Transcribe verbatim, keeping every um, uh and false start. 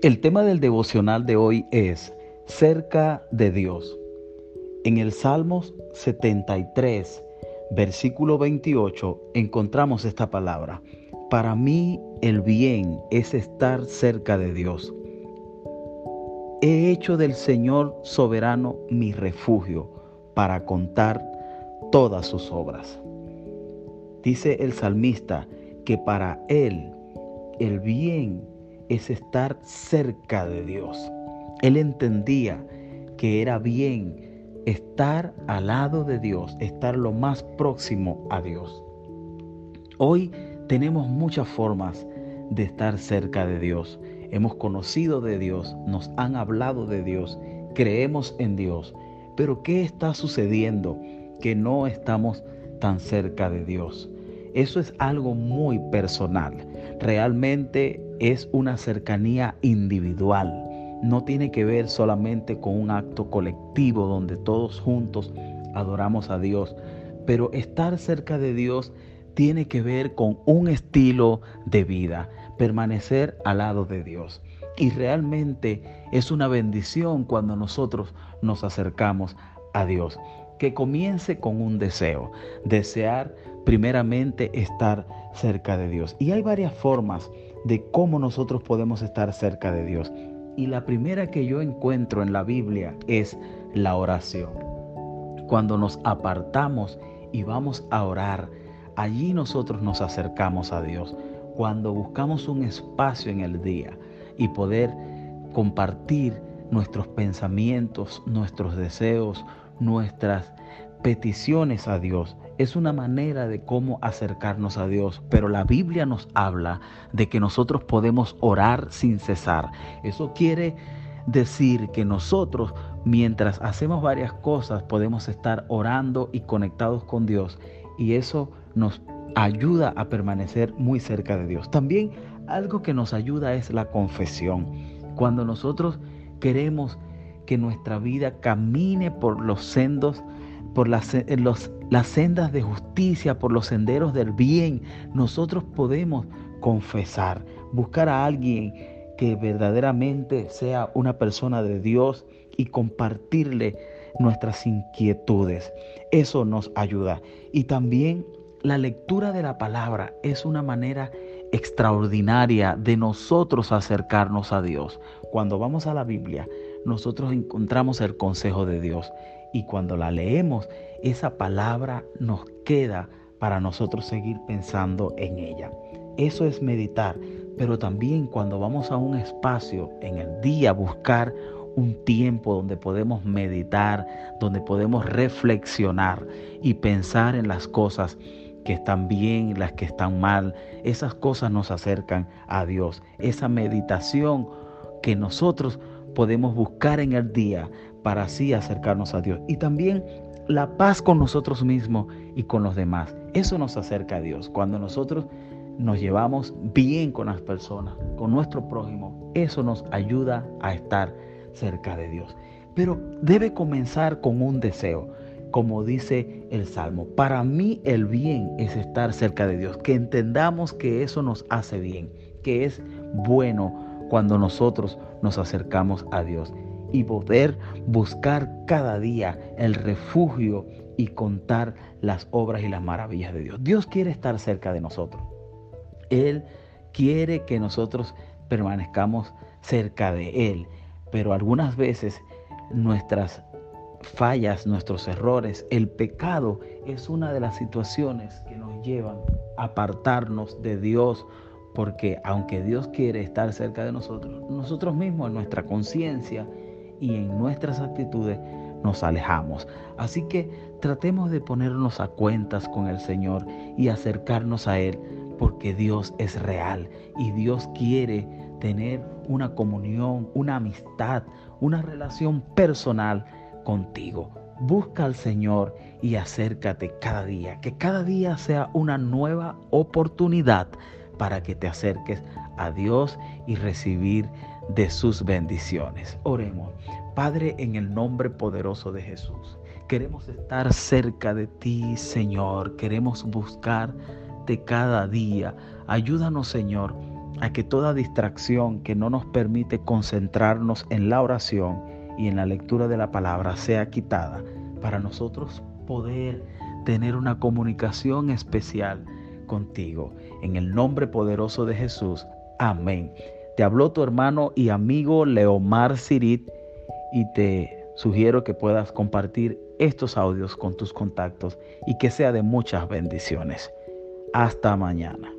El tema del devocional de hoy es cerca de Dios. En el Salmos setenta y tres, versículo veintiocho, encontramos esta palabra: para mí el bien es estar cerca de Dios. He hecho del Señor soberano mi refugio para contar todas sus obras. Dice el salmista que para él el bien es estar cerca de Dios. Él entendía que era bien estar al lado de Dios, estar lo más próximo a Dios. Hoy tenemos muchas formas de estar cerca de Dios. Hemos conocido de Dios, nos han hablado de Dios, creemos en Dios. Pero ¿qué está sucediendo que no estamos tan cerca de Dios? Eso es algo muy personal. Realmente es una cercanía individual. No tiene que ver solamente con un acto colectivo donde todos juntos adoramos a Dios. Pero estar cerca de Dios tiene que ver con un estilo de vida, permanecer al lado de Dios. Y realmente es una bendición cuando nosotros nos acercamos a Dios. Que comience con un deseo, desear primeramente estar cerca de Dios. Y hay varias formas de cómo nosotros podemos estar cerca de Dios. Y la primera que yo encuentro en la Biblia es la oración. Cuando nos apartamos y vamos a orar, allí nosotros nos acercamos a Dios. Cuando buscamos un espacio en el día y poder compartir nuestros pensamientos, nuestros deseos, nuestras peticiones a Dios, es una manera de cómo acercarnos a Dios. Pero la Biblia nos habla de que nosotros podemos orar sin cesar. Eso quiere decir que nosotros, mientras hacemos varias cosas, podemos estar orando y conectados con Dios, y eso nos ayuda a permanecer muy cerca de Dios. También algo que nos ayuda es la confesión. Cuando nosotros queremos que nuestra vida camine por los sendos, por las, los, las sendas de justicia, por los senderos del bien, nosotros podemos confesar, buscar a alguien que verdaderamente sea una persona de Dios y compartirle nuestras inquietudes. Eso nos ayuda. Y también la lectura de la palabra es una manera extraordinaria de nosotros acercarnos a Dios. Cuando vamos a la Biblia, nosotros encontramos el consejo de Dios, y cuando la leemos, esa palabra nos queda para nosotros seguir pensando en ella. Eso es meditar. Pero también cuando vamos a un espacio en el día, buscar un tiempo donde podemos meditar, donde podemos reflexionar y pensar en las cosas que están bien, las que están mal. Esas cosas nos acercan a Dios. Esa meditación que nosotros podemos buscar en el día para así acercarnos a Dios. Y también la paz con nosotros mismos y con los demás. Eso nos acerca a Dios. Cuando nosotros nos llevamos bien con las personas, con nuestro prójimo, eso nos ayuda a estar cerca de Dios. Pero debe comenzar con un deseo, como dice el Salmo. Para mí el bien es estar cerca de Dios. Que entendamos que eso nos hace bien, que es bueno cuando nosotros nos acercamos a Dios, y poder buscar cada día el refugio y contar las obras y las maravillas de Dios. Dios quiere estar cerca de nosotros. Él quiere que nosotros permanezcamos cerca de Él, pero algunas veces nuestras fallas, nuestros errores, el pecado es una de las situaciones que nos llevan a apartarnos de Dios, porque aunque Dios quiere estar cerca de nosotros, nosotros mismos en nuestra conciencia y en nuestras actitudes nos alejamos. Así que tratemos de ponernos a cuentas con el Señor y acercarnos a Él, porque Dios es real y Dios quiere tener una comunión, una amistad, una relación personal contigo. Busca al Señor y acércate cada día. Que cada día sea una nueva oportunidad para que te acerques a Dios y recibir de sus bendiciones. Oremos. Padre, en el nombre poderoso de Jesús, queremos estar cerca de ti, Señor. Queremos buscarte cada día. Ayúdanos, Señor, a que toda distracción que no nos permite concentrarnos en la oración y en la lectura de la palabra sea quitada para nosotros poder tener una comunicación especial contigo. En el nombre poderoso de Jesús. Amén. Te habló tu hermano y amigo Leomar Sirit y te sugiero que puedas compartir estos audios con tus contactos y que sea de muchas bendiciones. Hasta mañana.